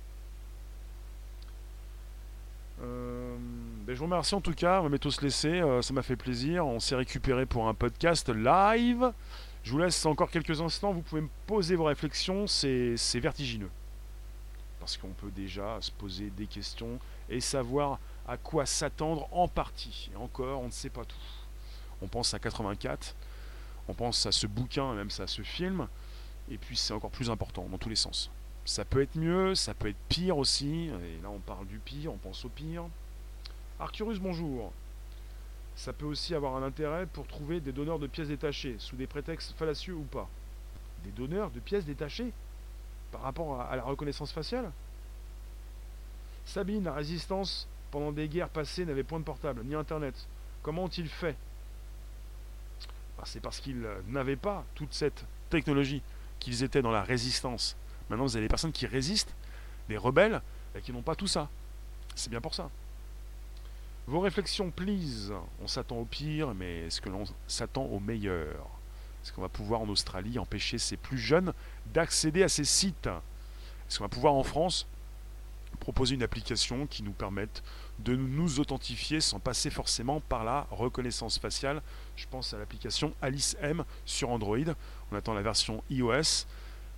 Ben je vous remercie en tout cas, on va bientôt se laisser, ça m'a fait plaisir, on s'est récupéré pour un podcast live. Je vous laisse encore quelques instants, vous pouvez me poser vos réflexions, c'est vertigineux. Parce qu'on peut déjà se poser des questions et savoir à quoi s'attendre en partie. Et encore, on ne sait pas tout. On pense à 84, on pense à ce bouquin, même à ce film, et puis c'est encore plus important dans tous les sens. Ça peut être mieux, ça peut être pire aussi, et là on parle du pire, on pense au pire. Arcturus, bonjour. Ça peut aussi avoir un intérêt pour trouver des donneurs de pièces détachées, sous des prétextes fallacieux ou pas. Des donneurs de pièces détachées par rapport à la reconnaissance faciale. Sabine, la résistance, pendant des guerres passées, n'avait point de portable, ni internet. Comment ont-ils fait? C'est parce qu'ils n'avaient pas toute cette technologie, qu'ils étaient dans la résistance. Maintenant, vous avez des personnes qui résistent, des rebelles, et qui n'ont pas tout ça. C'est bien pour ça. Vos réflexions, please. On s'attend au pire, mais est-ce que l'on s'attend au meilleur? Est-ce qu'on va pouvoir en Australie empêcher ces plus jeunes d'accéder à ces sites? Est-ce qu'on va pouvoir en France proposer une application qui nous permette de nous authentifier sans passer forcément par la reconnaissance faciale? Je pense à l'application Alice M sur Android. On attend la version iOS.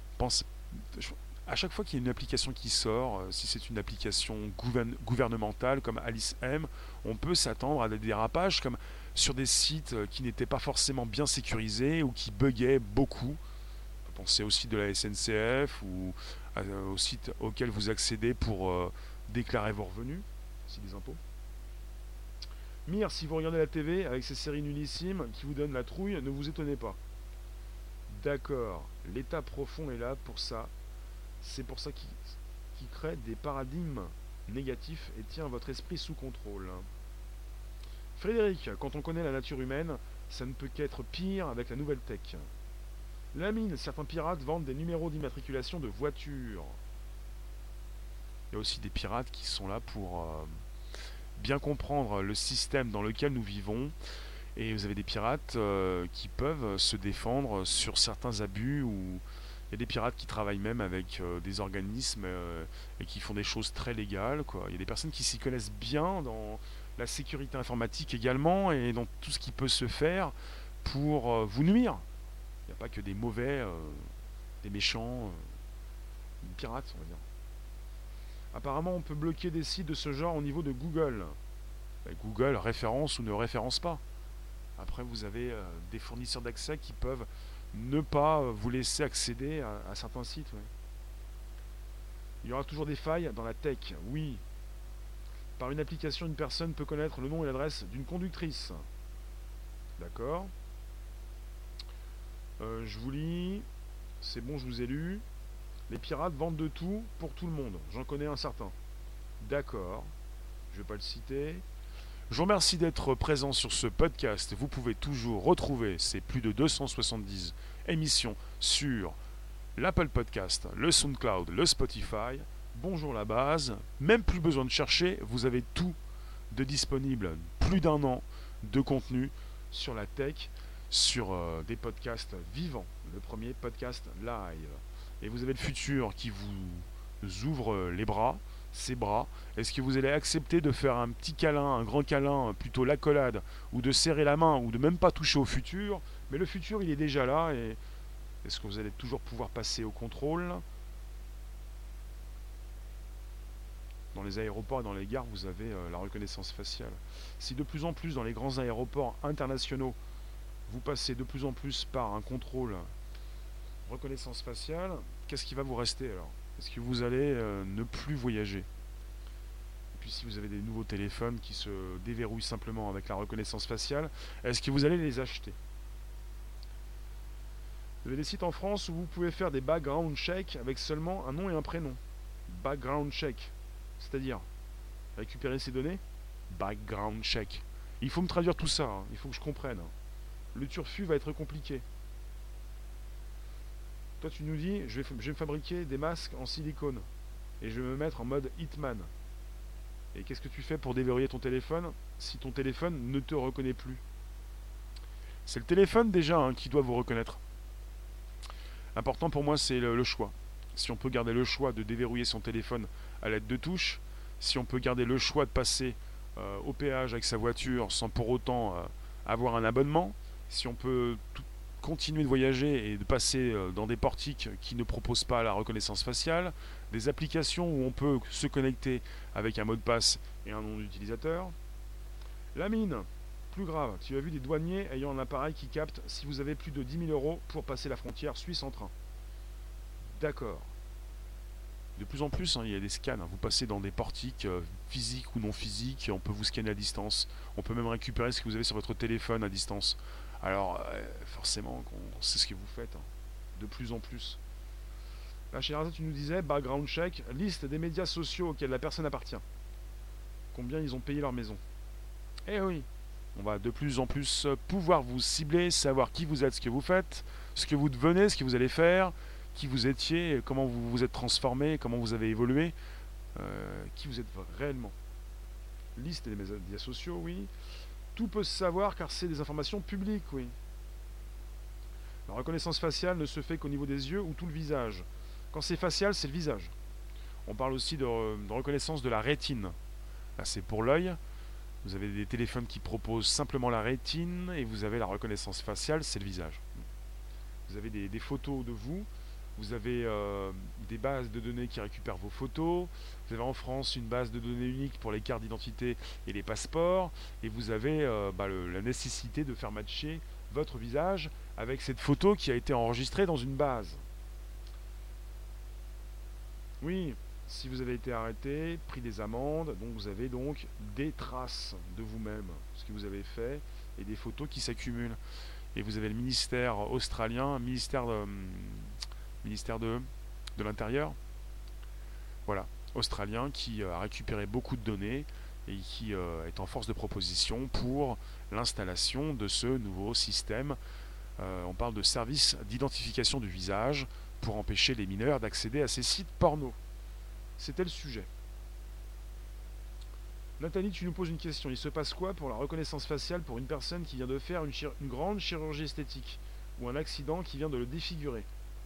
À chaque fois qu'il y a une application qui sort, si c'est une application gouvernementale comme Alice M, on peut s'attendre à des dérapages comme sur des sites qui n'étaient pas forcément bien sécurisés ou qui buguaient beaucoup. On peut penser au site de la SNCF ou au site auquel vous accédez pour déclarer vos revenus, c'est des impôts. Mire, si vous regardez la TV avec ces séries nullissimes qui vous donnent la trouille, ne vous étonnez pas. D'accord, l'état profond est là pour ça. C'est pour ça qu'il crée des paradigmes négatifs et tient votre esprit sous contrôle. Frédéric, quand on connaît la nature humaine, ça ne peut qu'être pire avec la nouvelle tech. Lamine, certains pirates vendent des numéros d'immatriculation de voitures. Il y a aussi des pirates qui sont là pour bien comprendre le système dans lequel nous vivons Et vous avez des pirates qui peuvent se défendre sur certains abus ou il y a des pirates qui travaillent même avec des organismes et qui font des choses très légales, quoi. Il y a des personnes qui s'y connaissent bien dans la sécurité informatique également et dans tout ce qui peut se faire pour vous nuire. Il n'y a pas que des mauvais, des méchants, des pirates, on va dire. Apparemment, on peut bloquer des sites de ce genre au niveau de Google. Google référence ou ne référence pas. Après, vous avez des fournisseurs d'accès qui peuvent ne pas vous laisser accéder à certains sites. Ouais. Il y aura toujours des failles dans la tech, oui. Par une application, une personne peut connaître le nom et l'adresse d'une conductrice. D'accord. Je vous lis. C'est bon, je vous ai lu. Les pirates vendent de tout pour tout le monde. J'en connais un certain. D'accord. Je ne vais pas le citer. Je vous remercie d'être présent sur ce podcast. Vous pouvez toujours retrouver ces plus de 270 émissions sur l'Apple Podcast, le SoundCloud, le Spotify. Bonjour la base. Même plus besoin de chercher, vous avez tout de disponible. Plus d'1 an de contenu sur la tech, sur des podcasts vivants. Le premier podcast live. Et vous avez le futur qui vous ouvre les bras. Ses bras. Est-ce que vous allez accepter de faire un petit câlin, un grand câlin, plutôt l'accolade, ou de serrer la main, ou de même pas toucher au futur? Mais le futur, il est déjà là, et est-ce que vous allez toujours pouvoir passer au contrôle? Dans les aéroports et dans les gares, vous avez la reconnaissance faciale. Si de plus en plus dans les grands aéroports internationaux, vous passez de plus en plus par un contrôle reconnaissance faciale, qu'est-ce qui va vous rester alors? Est-ce que vous allez ne plus voyager? Et puis si vous avez des nouveaux téléphones qui se déverrouillent simplement avec la reconnaissance faciale, est-ce que vous allez les acheter? Vous avez des sites en France où vous pouvez faire des background checks avec seulement un nom et un prénom. Background check. C'est-à-dire récupérer ces données. Background check. Il faut me traduire tout ça, hein. Il faut que je comprenne. Le turfu va être compliqué. Toi tu nous dis, je vais me fabriquer des masques en silicone. Et je vais me mettre en mode Hitman. Et qu'est-ce que tu fais pour déverrouiller ton téléphone si ton téléphone ne te reconnaît plus? C'est le téléphone déjà hein, qui doit vous reconnaître. Important pour moi c'est le choix. Si on peut garder le choix de déverrouiller son téléphone à l'aide de touches, si on peut garder le choix de passer au péage avec sa voiture sans pour autant avoir un abonnement, si on peut continuer de voyager et de passer dans des portiques qui ne proposent pas la reconnaissance faciale, des applications où on peut se connecter avec un mot de passe et un nom d'utilisateur. La mine, plus grave, tu as vu des douaniers ayant un appareil qui capte si vous avez plus de 10 000 euros pour passer la frontière suisse en train. D'accord. De plus en plus, hein, il y a des scans. Vous passez dans des portiques physiques ou non physiques. On peut vous scanner à distance. On peut même récupérer ce que vous avez sur votre téléphone à distance. Alors, forcément, c'est ce que vous faites. Hein, de plus en plus. Là, chez Larza, tu nous disais, background check, liste des médias sociaux auxquels la personne appartient. Combien ils ont payé leur maison. Eh oui, on va de plus en plus pouvoir vous cibler, savoir qui vous êtes, ce que vous faites, ce que vous devenez, ce que vous allez faire, qui vous étiez, comment vous vous êtes transformé, comment vous avez évolué, qui vous êtes réellement. Liste des médias sociaux, oui. Tout peut se savoir car c'est des informations publiques, oui. La reconnaissance faciale ne se fait qu'au niveau des yeux ou tout le visage. Quand c'est facial, c'est le visage. On parle aussi de reconnaissance de la rétine. Là, c'est pour l'œil. Vous avez des téléphones qui proposent simplement la rétine et vous avez la reconnaissance faciale, c'est le visage. Vous avez des photos de vous. Vous avez des bases de données qui récupèrent vos photos. Vous avez en France une base de données unique pour les cartes d'identité et les passeports. Et vous avez la nécessité de faire matcher votre visage avec cette photo qui a été enregistrée dans une base. Oui, si vous avez été arrêté, pris des amendes, donc vous avez donc des traces de vous-même, ce que vous avez fait, et des photos qui s'accumulent. Et vous avez le ministère australien, ministère de l'Intérieur, voilà, australien, qui a récupéré beaucoup de données et qui est en force de proposition pour l'installation de ce nouveau système. On parle de service d'identification du visage pour empêcher les mineurs d'accéder à ces sites porno. C'était le sujet. Nathalie, tu nous poses une question. Il se passe quoi pour la reconnaissance faciale pour une personne qui vient de faire une grande chirurgie esthétique ou un accident qui vient de le défigurer?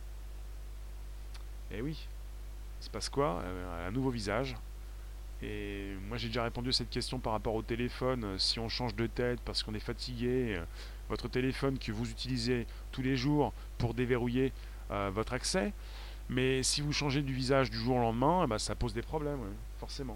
Eh oui, il se passe quoi? Un nouveau visage. Et moi j'ai déjà répondu à cette question par rapport au téléphone. Si on change de tête parce qu'on est fatigué, votre téléphone que vous utilisez tous les jours pour déverrouiller votre accès, mais si vous changez du visage du jour au lendemain, ça pose des problèmes, ouais, forcément.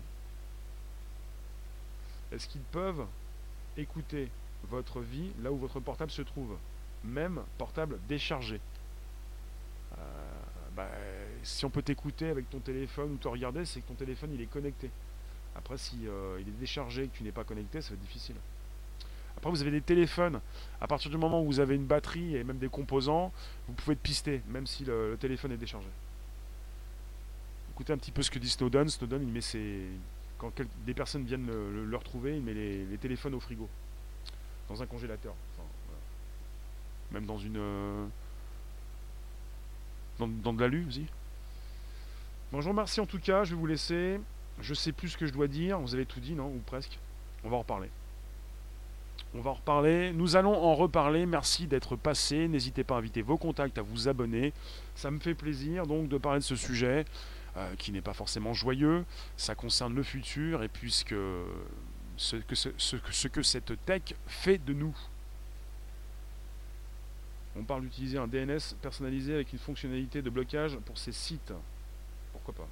Est-ce qu'ils peuvent écouter votre vie là où votre portable se trouve? Même portable déchargé. Euh, bah, si on peut t'écouter avec ton téléphone ou te regarder, c'est que ton téléphone il est connecté. Après, si il est déchargé et que tu n'es pas connecté, ça va être difficile. Après, vous avez des téléphones. À partir du moment où vous avez une batterie et même des composants, vous pouvez être pisté, même si le téléphone est déchargé. Écoutez un petit peu ce que dit Snowden. Snowden, il met quand des personnes viennent le retrouver, il met les téléphones au frigo, dans un congélateur. Enfin, voilà. Même dans une. Dans de l'alu aussi. Bon, je vous remercie en tout cas, je vais vous laisser. Je sais plus ce que je dois dire, vous avez tout dit, non? Ou presque. On va en reparler. On va en reparler. Nous allons en reparler. Merci d'être passé. N'hésitez pas à inviter vos contacts, à vous abonner. Ça me fait plaisir donc de parler de ce sujet qui n'est pas forcément joyeux. Ça concerne le futur et puisque ce que cette tech fait de nous. On parle d'utiliser un DNS personnalisé avec une fonctionnalité de blocage pour ces sites. Pourquoi pas?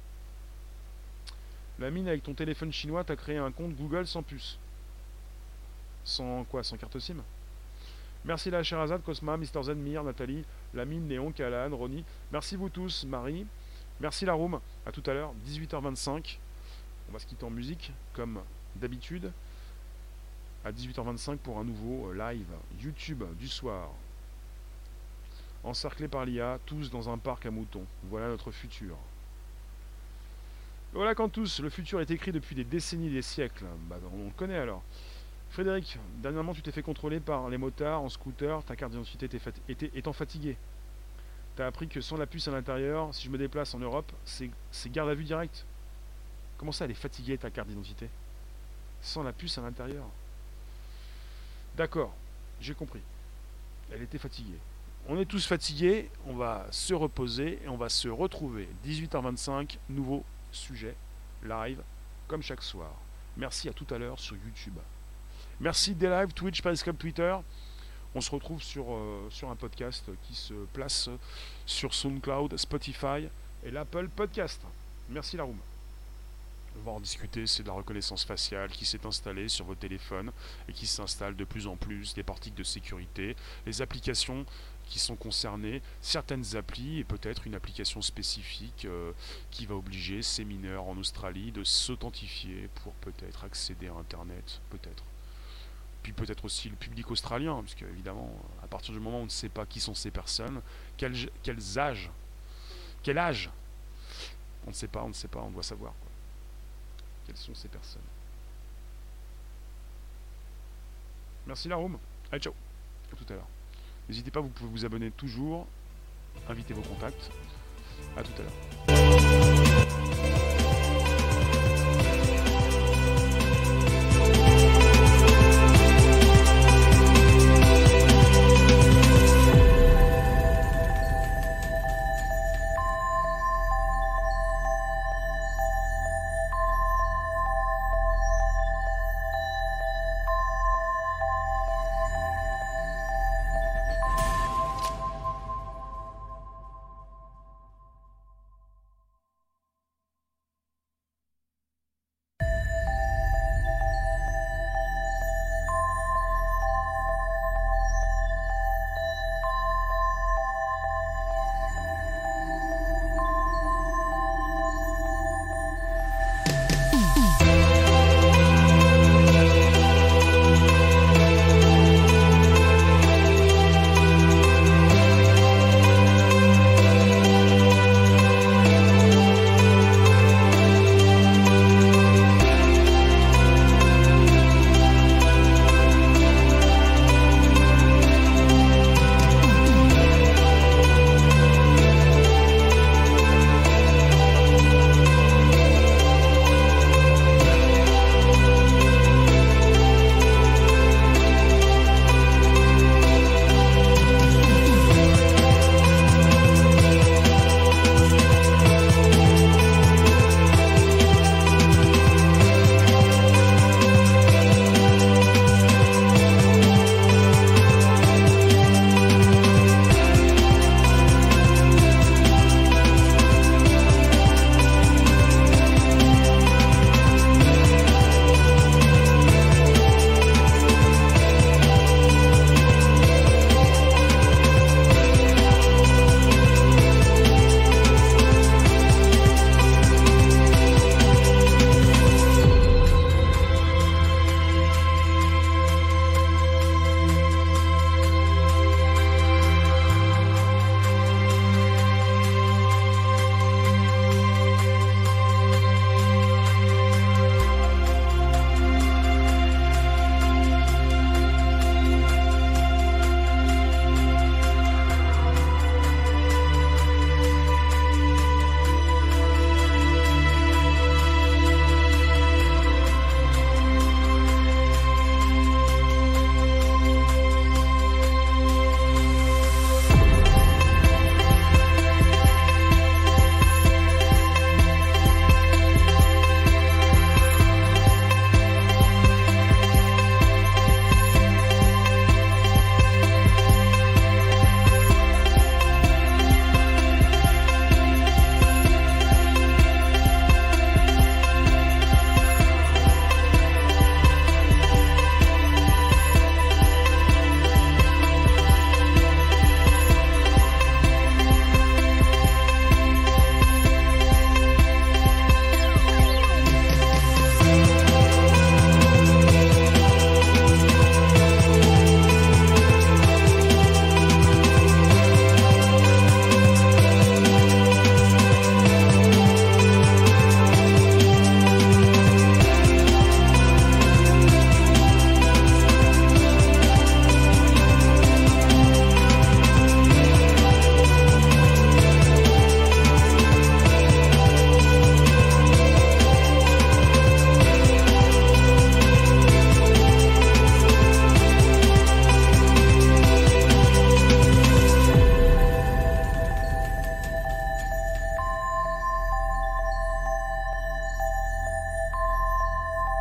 La mine, avec ton téléphone chinois, t'as créé un compte Google sans puce. Sans quoi? Sans carte SIM? Merci la Sherazade, Cosma, Mister Zen, Mir, Nathalie, Lamine, Néon, Kalan, Ronnie. Merci vous tous, Marie. Merci la room. À tout à l'heure, 18h25. On va se quitter en musique, comme d'habitude. À 18h25 pour un nouveau live YouTube du soir. Encerclés par l'IA, tous dans un parc à moutons. Voilà notre futur. Voilà quand tous, le futur est écrit depuis des décennies, des siècles. On le connaît alors. Frédéric, dernièrement tu t'es fait contrôler par les motards en scooter, ta carte d'identité étant fatiguée. T'as appris que sans la puce à l'intérieur, si je me déplace en Europe, c'est garde à vue direct. Comment ça elle est fatiguée ta carte d'identité? Sans la puce à l'intérieur. D'accord, j'ai compris. Elle était fatiguée. On est tous fatigués, on va se reposer et on va se retrouver. 18h25, nouveau sujet, live, comme chaque soir. Merci à tout à l'heure sur YouTube. Merci des lives, Twitch, Periscope, Twitter. On se retrouve sur un podcast qui se place sur SoundCloud, Spotify et l'Apple Podcast. Merci la room. On va en discuter, c'est de la reconnaissance faciale qui s'est installée sur vos téléphones et qui s'installe de plus en plus, des portiques de sécurité, les applications qui sont concernées, certaines applis et peut-être une application spécifique qui va obliger ces mineurs en Australie de s'authentifier pour peut-être accéder à Internet, peut-être. Puis peut-être aussi le public australien, puisque évidemment, à partir du moment où on ne sait pas qui sont ces personnes, quel âge, on ne sait pas, on doit savoir quoi. Quelles sont ces personnes? Merci la room. Allez, ciao. À tout à l'heure. N'hésitez pas, vous pouvez vous abonner toujours. Invitez vos contacts. À tout à l'heure.